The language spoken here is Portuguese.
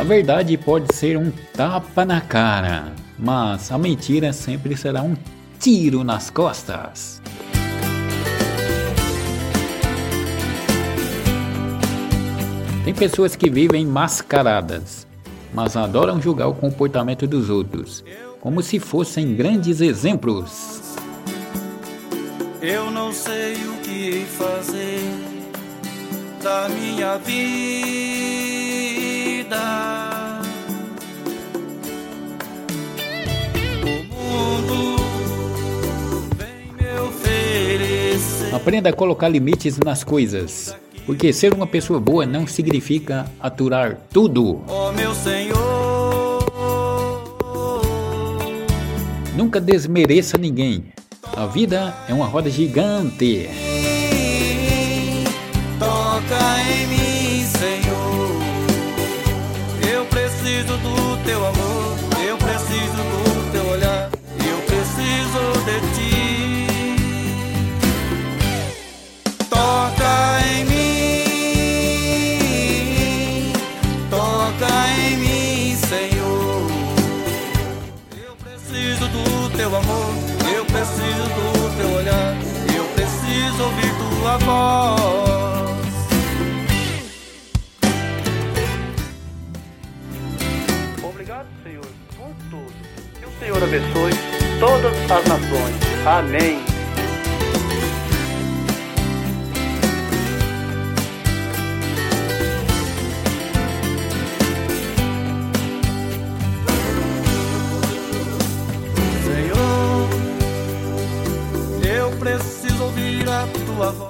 verdade pode ser um tapa na cara, mas a mentira sempre será um tiro nas costas. Tem pessoas que vivem mascaradas, mas adoram julgar o comportamento dos outros, como se fossem grandes exemplos. Eu não sei o que fazer da minha vida. O mundo vem me oferecer. Aprenda a colocar limites nas coisas, porque ser uma pessoa boa não significa aturar tudo. Oh, meu Senhor, Nunca desmereça ninguém. A vida é uma roda gigante. toca em mim, Senhor. Eu preciso do teu amor, eu preciso do teu olhar, eu preciso de ti. Toca em mim, Senhor. Eu preciso do teu amor, eu preciso do teu olhar, eu preciso ouvir tua voz. Obrigado, Senhor, por tudo. Que o Senhor abençoe todas as nações. Amém. Senhor, eu preciso ouvir a tua voz.